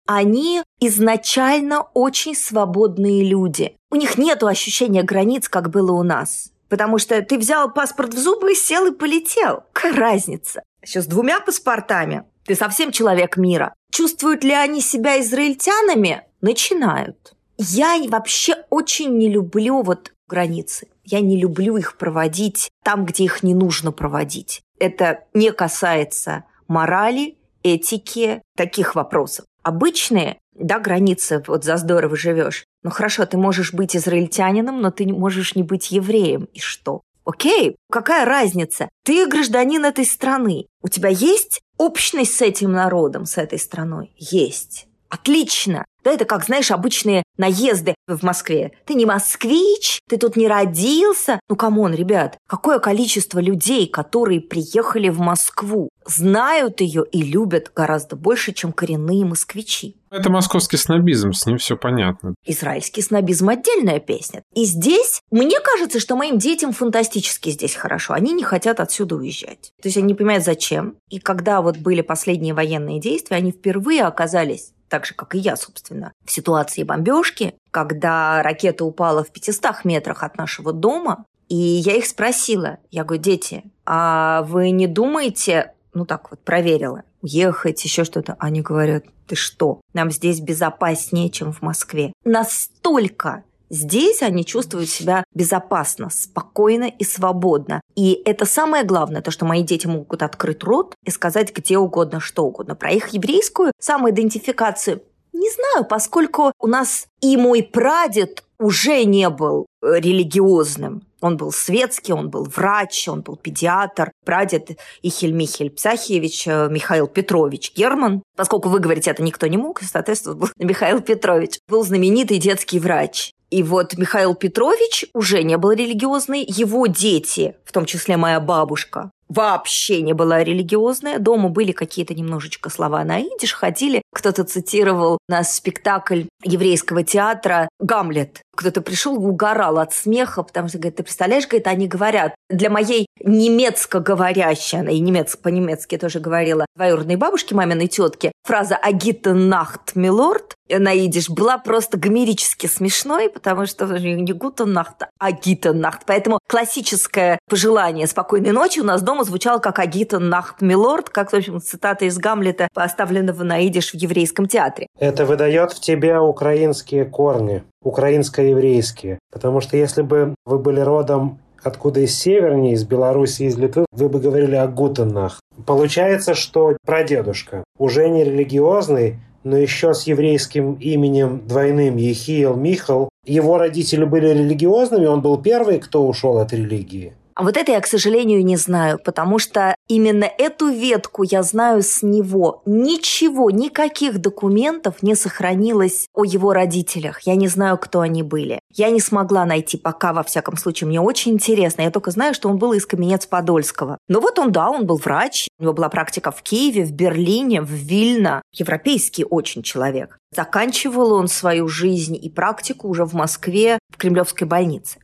Они изначально очень свободные люди. У них нет ощущения границ, как было у нас. Потому что ты взял паспорт в зубы, сел и полетел. Какая разница? Еще с 2 паспортами. Ты совсем человек мира. Чувствуют ли они себя израильтянами? Начинают. Я вообще очень не люблю границы. Я не люблю их проводить там, где их не нужно проводить. Это не касается морали, этики, таких вопросов. Обычные, границы, за здорово живешь. Ну хорошо, ты можешь быть израильтянином, но ты можешь не быть евреем. И что? Окей, какая разница? Ты гражданин этой страны. У тебя есть общность с этим народом, с этой страной? Есть. Отлично. Да, это как, знаешь, обычные наезды в Москве. Ты не москвич, ты тут не родился. Ну, камон, ребят, какое количество людей, которые приехали в Москву, знают ее и любят гораздо больше, чем коренные москвичи. Это московский снобизм, с ним все понятно. Израильский снобизм – отдельная песня. И здесь, мне кажется, что моим детям фантастически здесь хорошо. Они не хотят отсюда уезжать. То есть они не понимают, зачем. И когда были последние военные действия, они впервые оказались, так же, как и я, собственно, в ситуации бомбежки, когда ракета упала в 500 метрах от нашего дома, и я их спросила, я говорю: дети, а вы не думаете, проверила, уехать, еще что-то? Они говорят: ты что, нам здесь безопаснее, чем в Москве. Настолько здесь они чувствуют себя безопасно, спокойно и свободно. И это самое главное, то, что мои дети могут открыть рот и сказать где угодно, что угодно. Про их еврейскую самоидентификацию не знаю, поскольку у нас и мой прадед уже не был религиозным. Он был светский, он был врач, он был педиатр. Прадед Ихель Михель Псахиевич Михаил Петрович Герман. Поскольку вы говорите, это никто не мог, соответственно, был Михаил Петрович. Был знаменитый детский врач. И Михаил Петрович уже не был религиозный. Его дети, в том числе моя бабушка, вообще не была религиозная. Дома были какие-то немножечко слова на идиш, ходили. Кто-то цитировал на спектакль еврейского театра «Гамлет». Кто-то пришел и угорал от смеха, потому что, говорит, ты представляешь, говорит, они говорят, для моей немецко говорящей, она и по-немецки тоже говорила, двоюродной бабушки, маминой тетки, фраза «Агита нахт, милорд» на идиш была просто гомерически смешной, потому что не гута нахт, а агита нахт. Поэтому классическое пожелание спокойной ночи у нас дома звучало как «Агита нахт, милорд», как, в общем, цитата из Гамлета, поставленного на идиш в еврейском театре. Это выдает в тебе украинские корни, украинско-еврейские. Потому что если бы вы были родом откуда из севернее, из Беларуси, из Литвы, вы бы говорили о гутенах. Получается, что прадедушка уже не религиозный, но еще с еврейским именем двойным Ехиил Михал. Его родители были религиозными, он был первый, кто ушел от религии. А это я, к сожалению, не знаю, потому что именно эту ветку я знаю с него. Ничего, никаких документов не сохранилось о его родителях. Я не знаю, кто они были. Я не смогла найти пока, во всяком случае. Мне очень интересно. Я только знаю, что он был из Каменец-Подольского. Но он был врач. У него была практика в Киеве, в Берлине, в Вильно. Европейский очень человек. Заканчивал он свою жизнь и практику уже в Москве, в Кремлевской больнице.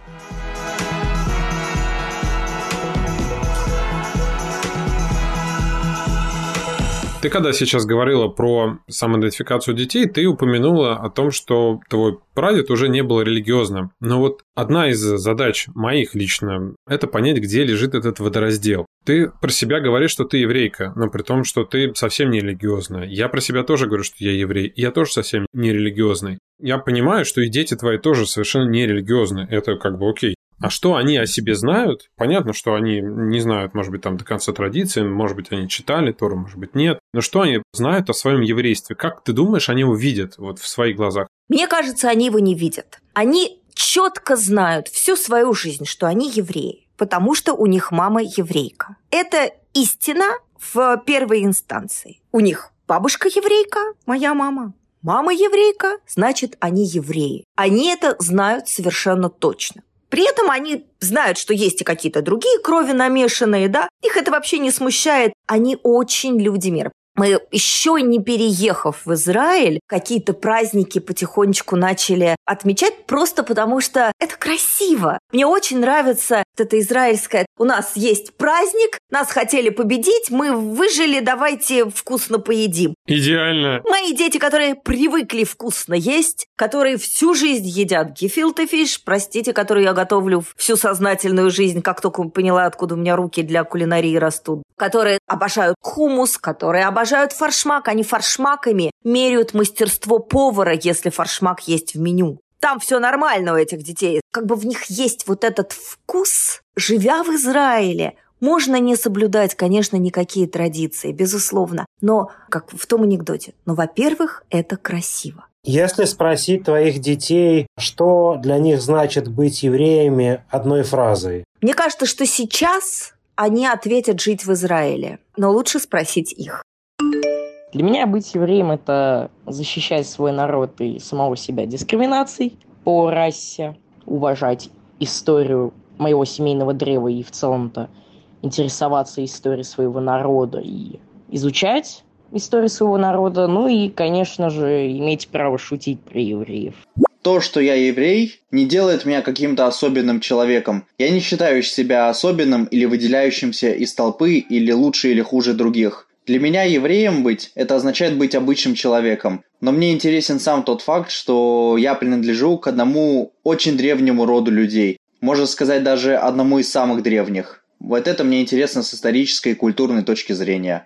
Ты когда сейчас говорила про самоидентификацию детей, ты упомянула о том, что твой прадед уже не был религиозным. Но одна из задач моих лично – это понять, где лежит этот водораздел. Ты про себя говоришь, что ты еврейка, но при том, что ты совсем не религиозная. Я про себя тоже говорю, что я еврей, и я тоже совсем не религиозный. Я понимаю, что и дети твои тоже совершенно не религиозные. Это окей. А что они о себе знают? Понятно, что они не знают, может быть, до конца традиции, может быть, они читали Тору, может быть, нет. Но что они знают о своем еврействе? Как ты думаешь, они его видят в своих глазах? Мне кажется, они его не видят. Они четко знают всю свою жизнь, что они евреи, потому что у них мама еврейка. Это истина в первой инстанции. У них бабушка еврейка, моя мама. Мама еврейка, значит, они евреи. Они это знают совершенно точно. При этом они знают, что есть и какие-то другие крови намешанные, да, их это вообще не смущает. Они очень люди мира. Мы, еще не переехав в Израиль, какие-то праздники потихонечку начали отмечать просто потому, что это красиво. Мне очень нравится это израильское. У нас есть праздник, нас хотели победить, мы выжили, давайте вкусно поедим. Идеально. Мои дети, которые привыкли вкусно есть, которые всю жизнь едят гефилте фиш, простите, которые я готовлю всю сознательную жизнь, как только поняла, откуда у меня руки для кулинарии растут, которые обожают хумус, которые обожают форшмак, они форшмаками меряют мастерство повара, если форшмак есть в меню. Там все нормально у этих детей. Как бы в них есть вот этот вкус. Живя в Израиле, можно не соблюдать, конечно, никакие традиции, безусловно. Но, как в том анекдоте, во-первых, это красиво. Если спросить твоих детей, что для них значит быть евреями одной фразой? Мне кажется, что сейчас они ответят жить в Израиле. Но лучше спросить их. Для меня быть евреем – это защищать свой народ и самого себя от дискриминаций по расе, уважать историю моего семейного древа и в целом-то интересоваться историей своего народа и изучать историю своего народа, и, конечно же, иметь право шутить про евреев. То, что я еврей, не делает меня каким-то особенным человеком. Я не считаю себя особенным или выделяющимся из толпы или лучше или хуже других. Для меня евреем быть – это означает быть обычным человеком. Но мне интересен сам тот факт, что я принадлежу к одному очень древнему роду людей. Можно сказать, даже одному из самых древних. Вот это мне интересно с исторической и культурной точки зрения.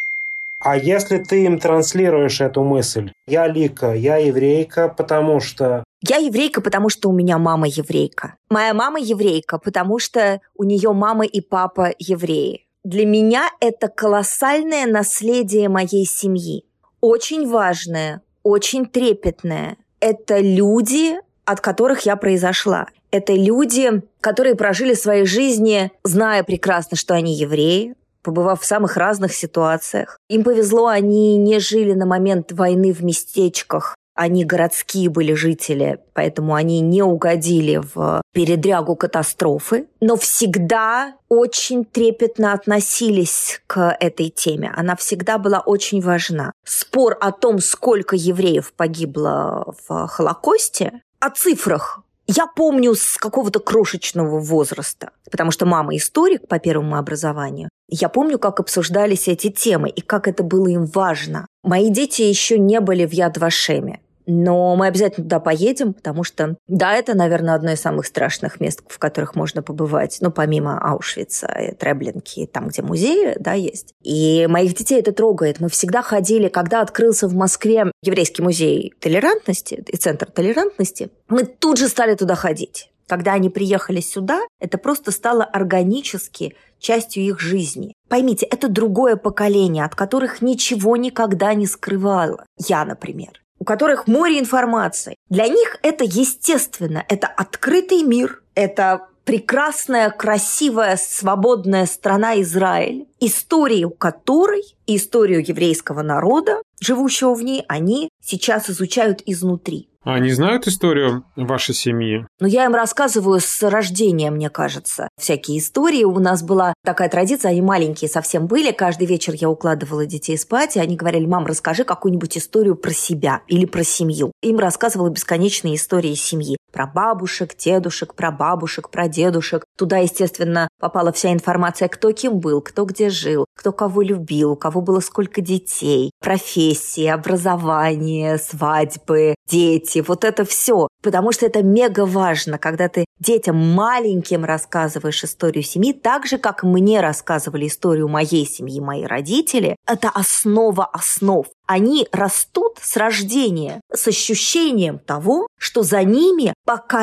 А если ты им транслируешь эту мысль? Я Лика, я еврейка, потому что... Я еврейка, потому что у меня мама еврейка. Моя мама еврейка, потому что у нее мама и папа евреи. Для меня это колоссальное наследие моей семьи. Очень важное, очень трепетное. Это люди, от которых я произошла. Это люди, которые прожили свои жизни, зная прекрасно, что они евреи, побывав в самых разных ситуациях. Им повезло, они не жили на момент войны в местечках. Они городские были жители, поэтому они не угодили в передрягу катастрофы, но всегда очень трепетно относились к этой теме. Она всегда была очень важна. Спор о том, сколько евреев погибло в Холокосте, о цифрах я помню с какого-то крошечного возраста, потому что мама историк по первому образованию. Я помню, как обсуждались эти темы и как это было им важно. Мои дети еще не были в Яд Вашеме, но мы обязательно туда поедем, потому что, да, это, наверное, одно из самых страшных мест, в которых можно побывать, помимо Аушвица и Треблинки, там, где музеи, да, есть. И моих детей это трогает. Мы всегда ходили, когда открылся в Москве еврейский музей толерантности и центр толерантности, мы тут же стали туда ходить. Когда они приехали сюда, это просто стало органически частью их жизни. Поймите, это другое поколение, от которых ничего никогда не скрывало. Я, например, у которых море информации. Для них это естественно, это открытый мир, это прекрасная, красивая, свободная страна Израиль, историю которой, историю еврейского народа, живущего в ней, они сейчас изучают изнутри. А они знают историю вашей семьи? Я им рассказываю с рождения, мне кажется, всякие истории. У нас была такая традиция, они маленькие совсем были. Каждый вечер я укладывала детей спать, и они говорили: мам, расскажи какую-нибудь историю про себя или про семью. Им рассказывала бесконечные истории семьи. Про бабушек, дедушек, про бабушек, про дедушек. Туда, естественно, попала вся информация, кто кем был, кто где жил, кто кого любил, у кого было сколько детей, профессии, образование, свадьбы, дети. Вот это все. Потому что это мега важно, когда ты детям маленьким рассказываешь историю семьи, так же, как мне рассказывали историю моей семьи, мои родители. Это основа основ. Они растут с рождения с ощущением того, что за ними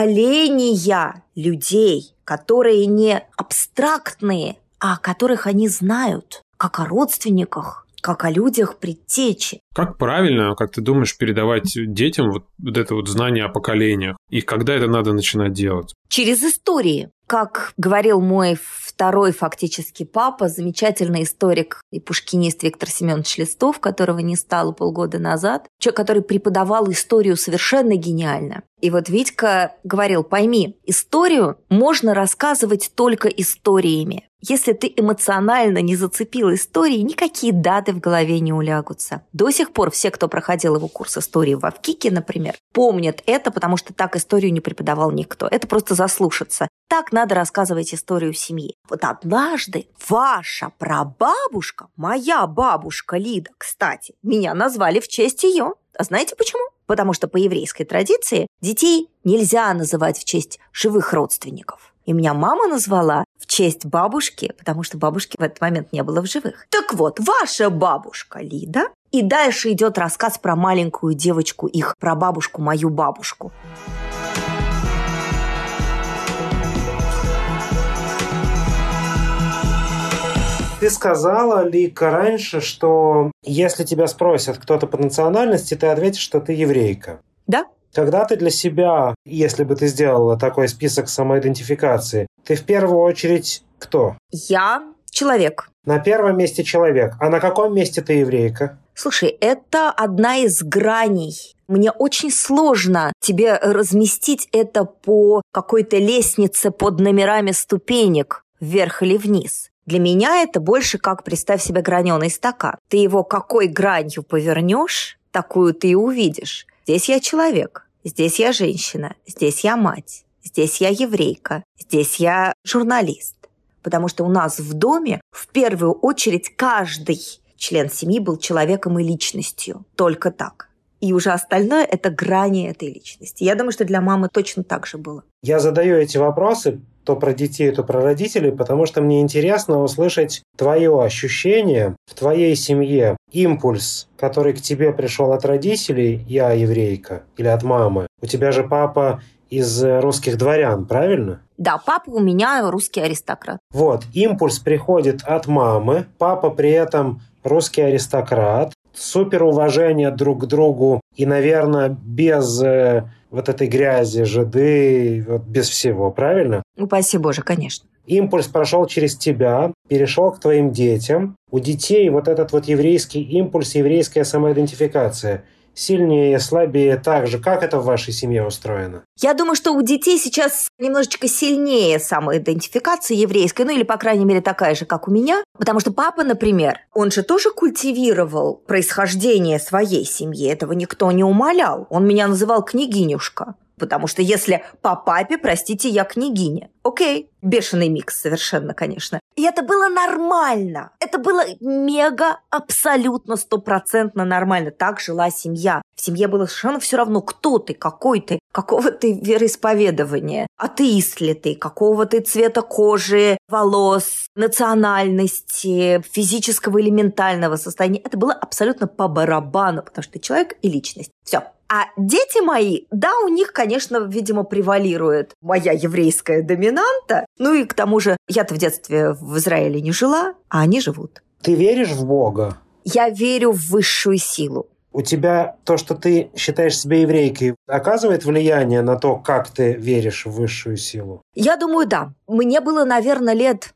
поколения людей, которые не абстрактные, а о которых они знают, как о родственниках, как о людях предтечи. Как правильно, как ты думаешь, передавать детям вот это вот знание о поколениях? И когда это надо начинать делать? Через истории. Как говорил мой второй фактически папа, замечательный историк и пушкинист Виктор Семенович Листов, которого не стало полгода назад, человек, который преподавал историю совершенно гениально. И вот Витька говорил: пойми, историю можно рассказывать только историями. Если ты эмоционально не зацепил истории, никакие даты в голове не улягутся. До сих пор все, кто проходил его курс истории в Авкике, например, помнят это, потому что так историю не преподавал никто. Это просто заслушаться. Так надо рассказывать историю семьи. Вот однажды ваша прабабушка, моя бабушка Лида, кстати, меня назвали в честь ее. А знаете почему? Потому что по еврейской традиции детей нельзя называть в честь живых родственников. И меня мама назвала в честь бабушки, потому что бабушки в этот момент не было в живых. Так вот, ваша бабушка Лида. И дальше идет рассказ про маленькую девочку, их прабабушку, мою бабушку. Ты сказала, Лика, раньше, что если тебя спросят, кто ты по национальности, ты ответишь, что ты еврейка. Да. Когда ты для себя, если бы ты сделала такой список самоидентификации, ты в первую очередь кто? Я человек. На первом месте человек. А на каком месте ты еврейка? Слушай, это одна из граней. Мне очень сложно тебе разместить это по какой-то лестнице под номерами ступенек, вверх или вниз. Для меня это больше как, представь себе, граненый стакан. Ты его какой гранью повернешь, такую ты и увидишь. Здесь я человек, здесь я женщина, здесь я мать, здесь я еврейка, здесь я журналист. Потому что у нас в доме в первую очередь каждый член семьи был человеком и личностью. Только так. И уже остальное – это грани этой личности. Я думаю, что для мамы точно так же было. Я задаю эти вопросы то про детей, то про родителей, потому что мне интересно услышать твое ощущение в твоей семье. Импульс, который к тебе пришел от родителей, я еврейка, или от мамы. У тебя же папа из русских дворян, правильно? Да, папа у меня русский аристократ. Вот, импульс приходит от мамы, папа при этом русский аристократ, супер уважение друг к другу и, наверное, без вот этой грязи, жиды, вот без всего, правильно? Упаси Боже, конечно. Импульс прошел через тебя, перешел к твоим детям. У детей вот этот вот еврейский импульс, еврейская самоидентификация – сильнее, слабее, так же. Как это в вашей семье устроено? Я думаю, что у детей сейчас немножечко сильнее самоидентификация еврейская, ну или, по крайней мере, такая же, как у меня. Потому что папа, например, он же тоже культивировал происхождение своей семьи. Этого никто не умалял. Он меня называл княгинюшка. Потому что если по папе, простите, я княгиня. Окей, бешеный микс совершенно, конечно. И это было нормально. Это было мега, абсолютно, стопроцентно нормально. Так жила семья. В семье было совершенно все равно, кто ты, какой ты, какого ты вероисповедования, атеист ли ты, какого ты цвета кожи, волос, национальности, физического или ментального состояния. Это было абсолютно по барабану, потому что ты человек и личность. Все. А дети мои, да, у них, конечно, видимо, превалирует моя еврейская доминанта. Ну и к тому же я-то в детстве в Израиле не жила, а они живут. Ты веришь в Бога? Я верю в высшую силу. У тебя то, что ты считаешь себя еврейкой, оказывает влияние на то, как ты веришь в высшую силу? Я думаю, да. Мне было, наверное, лет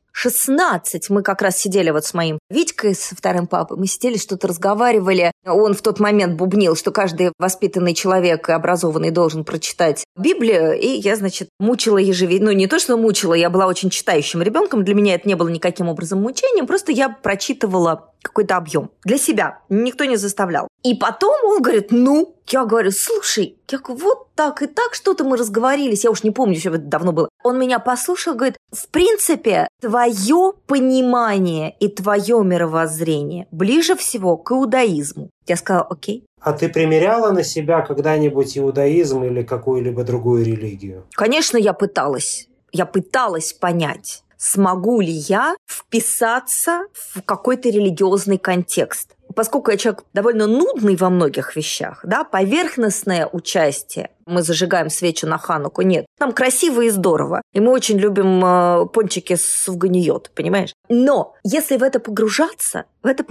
16. Мы как раз сидели вот с моим Витькой, со вторым папой. Мы сидели, что-то разговаривали. Он в тот момент бубнил, что каждый воспитанный человек и образованный должен прочитать Библию. И я, значит, мучила ежедневно. Ну, не то, что мучила, я была очень читающим ребенком. Для меня это не было никаким образом мучением. Просто я прочитывала какой-то объем для себя. Никто не заставлял. И потом он говорит, я говорю, слушай, вот так и так что-то мы разговорились. Я уж не помню, что это давно было. Он меня послушал, говорит, в принципе, твое понимание и твое мировоззрение ближе всего к иудаизму. Я сказала, окей. А ты примеряла на себя когда-нибудь иудаизм или какую-либо другую религию? Конечно, я пыталась. Я пыталась понять, смогу ли я вписаться в какой-то религиозный контекст. Поскольку я человек довольно нудный во многих вещах, да, поверхностное участие, мы зажигаем свечу на Хануку, нет. Там красиво и здорово. И мы очень любим пончики с суфганиот, понимаешь? Но если в это погружаться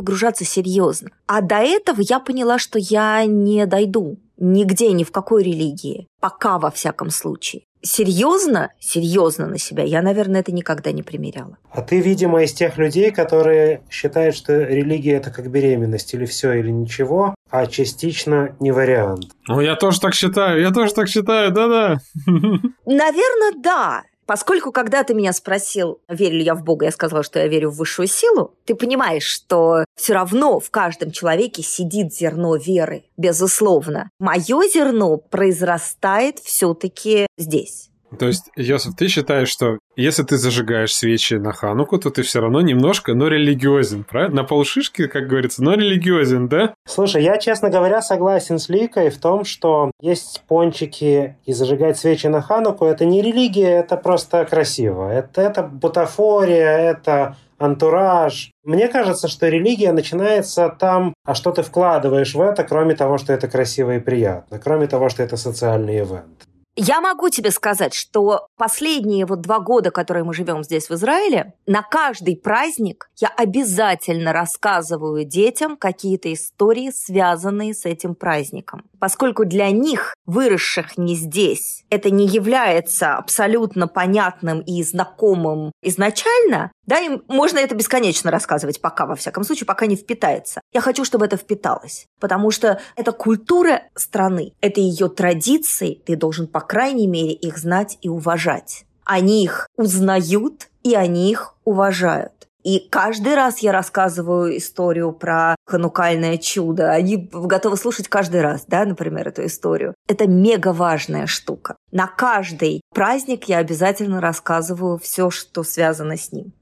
серьезно. А до этого я поняла, что я не дойду нигде, ни в какой религии. Пока, во всяком случае. серьезно на себя я, наверное, это никогда не примеряла. А ты, видимо, из тех людей, которые считают, что религия – это как беременность, или все, или ничего, а частично не вариант. Ну, я тоже так считаю, да-да. Наверное, да. Поскольку, когда ты меня спросил, верю ли я в Бога, я сказала, что я верю в высшую силу, ты понимаешь, что все равно в каждом человеке сидит зерно веры, безусловно. Мое зерно произрастает все-таки здесь. То есть, Йосиф, ты считаешь, что если ты зажигаешь свечи на Хануку, то ты все равно немножко, но религиозен, правильно? На полшишки, как говорится, но религиозен, да? Слушай, я, честно говоря, согласен с Ликой в том, что есть пончики и зажигать свечи на Хануку – это не религия, это просто красиво. Это бутафория, это антураж. Мне кажется, что религия начинается там, а что ты вкладываешь в это, кроме того, что это красиво и приятно, кроме того, что это социальный ивент. Я могу тебе сказать, что последние 2 года, которые мы живем здесь, в Израиле, на каждый праздник я обязательно рассказываю детям какие-то истории, связанные с этим праздником. Поскольку для них, выросших не здесь, это не является абсолютно понятным и знакомым изначально, да, им можно это бесконечно рассказывать пока, во всяком случае, пока не впитается. Я хочу, чтобы это впиталось, потому что это культура страны, это ее традиции, ты должен, по крайней мере, их знать и уважать. Они их узнают, и они их уважают. И каждый раз я рассказываю историю про ханукальное чудо. Они готовы слушать каждый раз, да, например, эту историю. Это мега важная штука. На каждый праздник я обязательно рассказываю все, что связано с ним.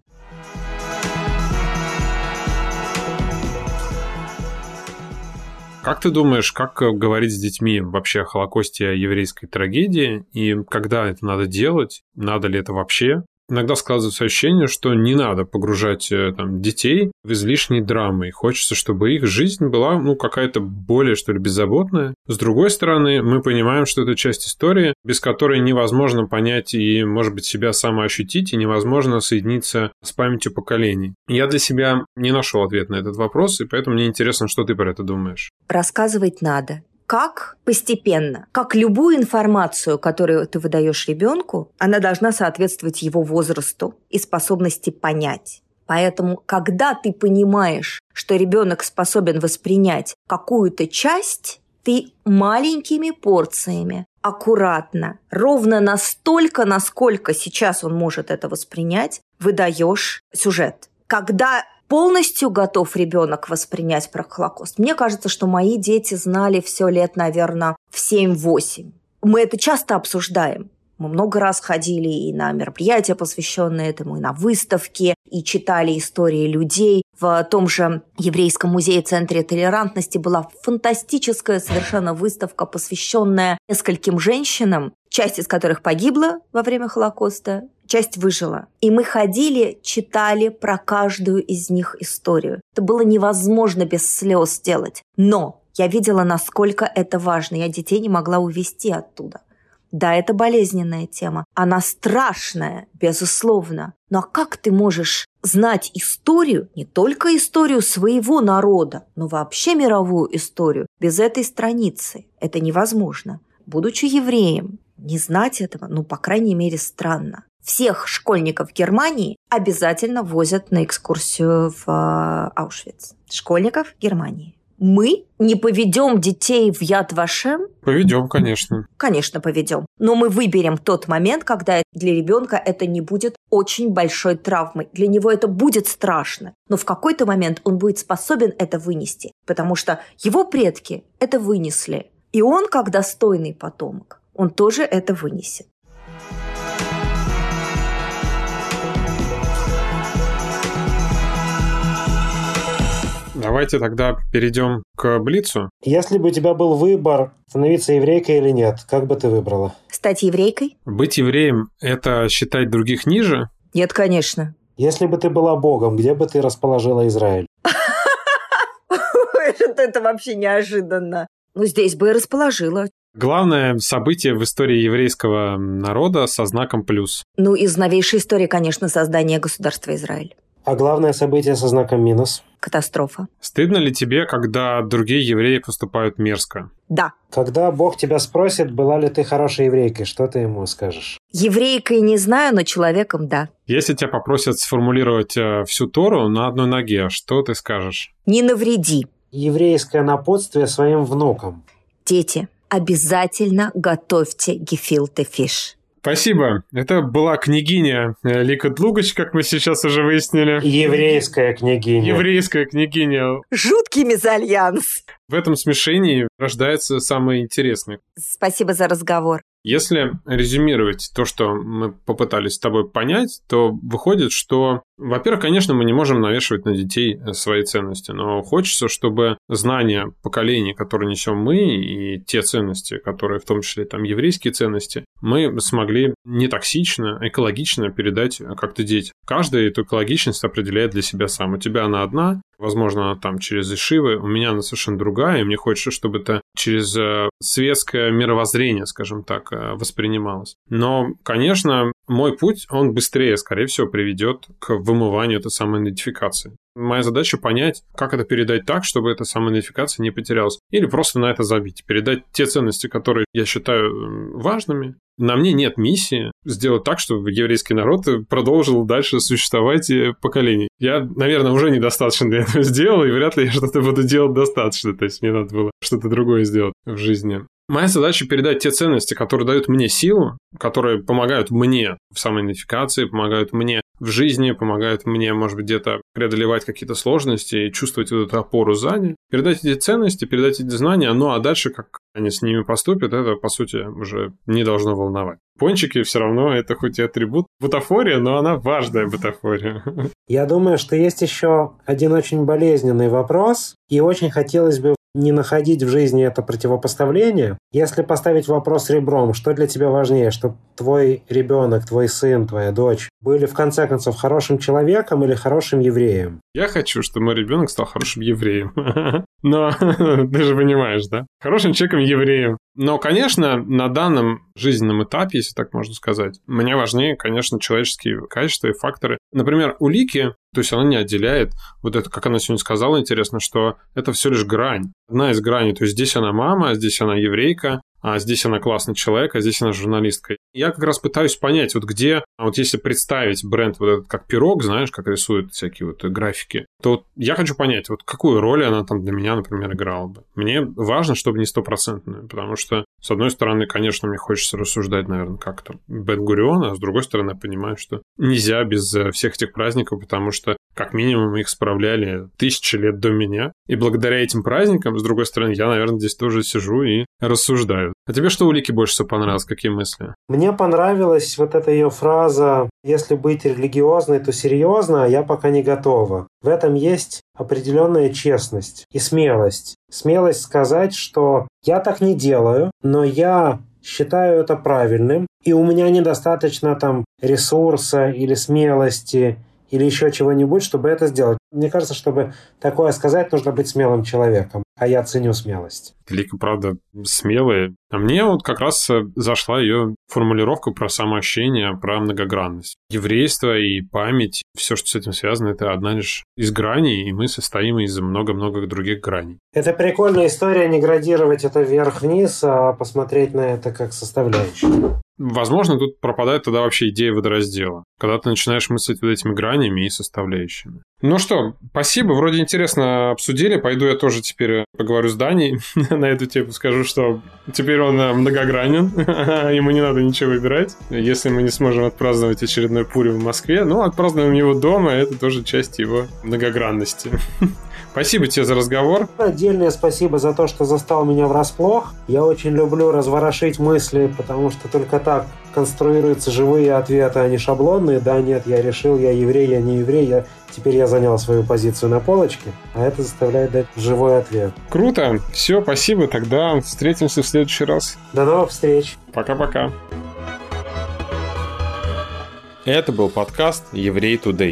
Как ты думаешь, как говорить с детьми вообще о Холокосте, о еврейской трагедии, и когда это надо делать, надо ли это вообще? Иногда складывается ощущение, что не надо погружать детей в излишние драмы. И хочется, чтобы их жизнь была какая-то более, что ли, беззаботная. С другой стороны, мы понимаем, что это часть истории, без которой невозможно понять и, может быть, себя самоощутить, и невозможно соединиться с памятью поколений. Я для себя не нашел ответ на этот вопрос, и поэтому мне интересно, что ты про это думаешь. Рассказывать надо. Как? Постепенно. Как любую информацию, которую ты выдаешь ребенку, она должна соответствовать его возрасту и способности понять. Поэтому, когда ты понимаешь, что ребенок способен воспринять какую-то часть, ты маленькими порциями, аккуратно, ровно настолько, насколько сейчас он может это воспринять, выдаешь сюжет. Когда полностью готов ребенок воспринять про Холокост? Мне кажется, что мои дети знали все лет, наверное, в 7-8. Мы это часто обсуждаем. Мы много раз ходили и на мероприятия, посвященные этому, и на выставки, и читали истории людей. В том же Еврейском музее Центре толерантности была фантастическая совершенно выставка, посвященная нескольким женщинам, часть из которых погибла во время Холокоста, часть выжила. И мы ходили, читали про каждую из них историю. Это было невозможно без слез сделать. Но я видела, насколько это важно. Я детей не могла увести оттуда. Да, это болезненная тема. Она страшная, безусловно. Но как ты можешь знать историю, не только историю своего народа, но вообще мировую историю, без этой страницы? Это невозможно. Будучи евреем, не знать этого, по крайней мере, странно. Всех школьников Германии обязательно возят на экскурсию в Аушвиц. Школьников Германии. Мы не поведем детей в Яд Вашем? Поведем, конечно. Конечно, поведем. Но мы выберем тот момент, когда для ребенка это не будет очень большой травмой. Для него это будет страшно. Но в какой-то момент он будет способен это вынести. Потому что его предки это вынесли. И он, как достойный потомок, он тоже это вынесет. Давайте тогда перейдем к Блицу. Если бы у тебя был выбор, становиться еврейкой или нет, как бы ты выбрала? Стать еврейкой? Быть евреем – это считать других ниже? Нет, конечно. Если бы ты была богом, где бы ты расположила Израиль? Это вообще неожиданно. Здесь бы и расположила. Главное событие в истории еврейского народа со знаком плюс. Из новейшей истории, конечно, создание государства Израиль. А главное событие со знаком минус? Катастрофа. Стыдно ли тебе, когда другие евреи поступают мерзко? Да. Когда Бог тебя спросит, была ли ты хорошей еврейкой, что ты ему скажешь? Еврейкой не знаю, но человеком да. Если тебя попросят сформулировать всю Тору на одной ноге, что ты скажешь? Не навреди. Еврейское напутствие своим внукам. Дети, обязательно готовьте гефилте фиш. Спасибо. Это была княгиня Лика Длугач, как мы сейчас уже выяснили. Еврейская княгиня. Еврейская княгиня. Жуткий мезальянс. В этом смешении рождается самое интересное. Спасибо за разговор. Если резюмировать то, что мы попытались с тобой понять, то выходит, что, во-первых, конечно, мы не можем навешивать на детей свои ценности, но хочется, чтобы знания поколений, которые несем мы, и те ценности, которые в том числе там еврейские ценности, мы смогли не токсично, а экологично передать как-то детям. Каждый эту экологичность определяет для себя сам. У тебя она одна, возможно, она там через ишивы, у меня она совершенно другая, и мне хочется, чтобы это через светское мировоззрение, скажем так, воспринималось. Но, конечно, мой путь, он быстрее, скорее всего, приведет к вымыванию этой самоидентификации. Моя задача понять, как это передать так, чтобы эта самоидентификация не потерялась. Или просто на это забить. Передать те ценности, которые я считаю важными. На мне нет миссии сделать так, чтобы еврейский народ продолжил дальше существовать поколений. Я, наверное, уже недостаточно для этого сделал, и вряд ли я что-то буду делать достаточно. То есть мне надо было что-то другое сделать в жизни. Моя задача передать те ценности, которые дают мне силу, которые помогают мне в самоидентификации, помогают мне в жизни, помогают мне, может быть, где-то преодолевать какие-то сложности и чувствовать вот эту опору сзади. Передать эти ценности, передать эти знания, ну а дальше, как они с ними поступят, это, по сути, уже не должно волновать. Пончики все равно это хоть и атрибут бутафория, но она важная бутафория. Я думаю, что есть еще один очень болезненный вопрос, и очень хотелось бы не находить в жизни это противопоставление. Если поставить вопрос ребром, что для тебя важнее, чтобы твой ребенок, твой сын, твоя дочь были в конце концов хорошим человеком или хорошим евреем? Я хочу, чтобы мой ребенок стал хорошим евреем. Но ты же понимаешь, да? Хорошим человеком-евреем. Но, конечно, на данном жизненном этапе, если так можно сказать, мне важнее, конечно, человеческие качества и факторы. Например, у Лики, то есть она не отделяет вот это, как она сегодня сказала, интересно, что это всего лишь грань. Одна из граней. То есть здесь она мама, здесь она еврейка, а здесь она классный человек, а здесь она журналистка. Я как раз пытаюсь понять, вот где, вот если представить бренд вот этот как пирог, знаешь, как рисуют всякие вот графики, то вот я хочу понять, вот какую роль она там для меня, например, играла бы. Мне важно, чтобы не стопроцентную, потому что, с одной стороны, конечно, мне хочется рассуждать, наверное, как-то Бен-Гурион, а с другой стороны, я понимаю, что нельзя без всех этих праздников, потому что, как минимум, их справляли 1000 лет до меня. И благодаря этим праздникам, с другой стороны, я, наверное, здесь тоже сижу и рассуждаю. А тебе что у Лики больше всего понравилось? Какие мысли? Мне понравилась вот эта ее фраза «Если быть религиозной, то серьезно, а я пока не готова». В этом есть определенная честность и смелость. Смелость сказать, что я так не делаю, но я считаю это правильным, и у меня недостаточно там ресурса или смелости или еще чего-нибудь, чтобы это сделать. Мне кажется, чтобы такое сказать, нужно быть смелым человеком. А я ценю смелость. Лика, правда, смелая. А мне вот как раз зашла ее формулировка про самоощущение, про многогранность. Еврейство и память, все, что с этим связано, это одна лишь из граней, и мы состоим из много-много других граней. Это прикольная история, не градировать это вверх-вниз, а посмотреть на это как составляющую. Возможно, тут пропадает тогда вообще идея водораздела, когда ты начинаешь мыслить вот этими гранями и составляющими. Ну что, спасибо, вроде интересно обсудили. Пойду я тоже теперь поговорю с Даней на эту тему, скажу, что теперь он многогранен, ему не надо ничего выбирать. Если мы не сможем отпраздновать очередной Пурим в Москве, ну, отпразднуем его дома, это тоже часть его многогранности. Спасибо тебе за разговор. Отдельное спасибо за то, что застал меня врасплох. Я очень люблю разворошить мысли, потому что только так конструируются живые ответы, а не шаблонные. Да, нет, я решил, я еврей, я не еврей, теперь я занял свою позицию на полочке, а это заставляет дать живой ответ. Круто. Все, спасибо. Тогда встретимся в следующий раз. До новых встреч. Пока-пока. Это был подкаст «Еврей Today».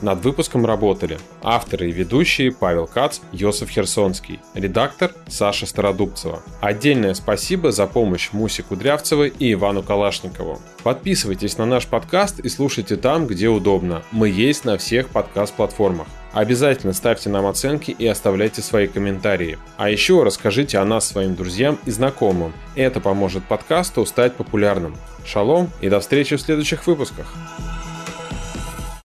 Над выпуском работали авторы и ведущие Павел Кац, Йосиф Херсонский, редактор Саша Стародубцева. Отдельное спасибо за помощь Мусе Кудрявцевой и Ивану Калашникову. Подписывайтесь на наш подкаст и слушайте там, где удобно. Мы есть на всех подкаст-платформах. Обязательно ставьте нам оценки и оставляйте свои комментарии. А еще расскажите о нас своим друзьям и знакомым. Это поможет подкасту стать популярным. Шалом и до встречи в следующих выпусках.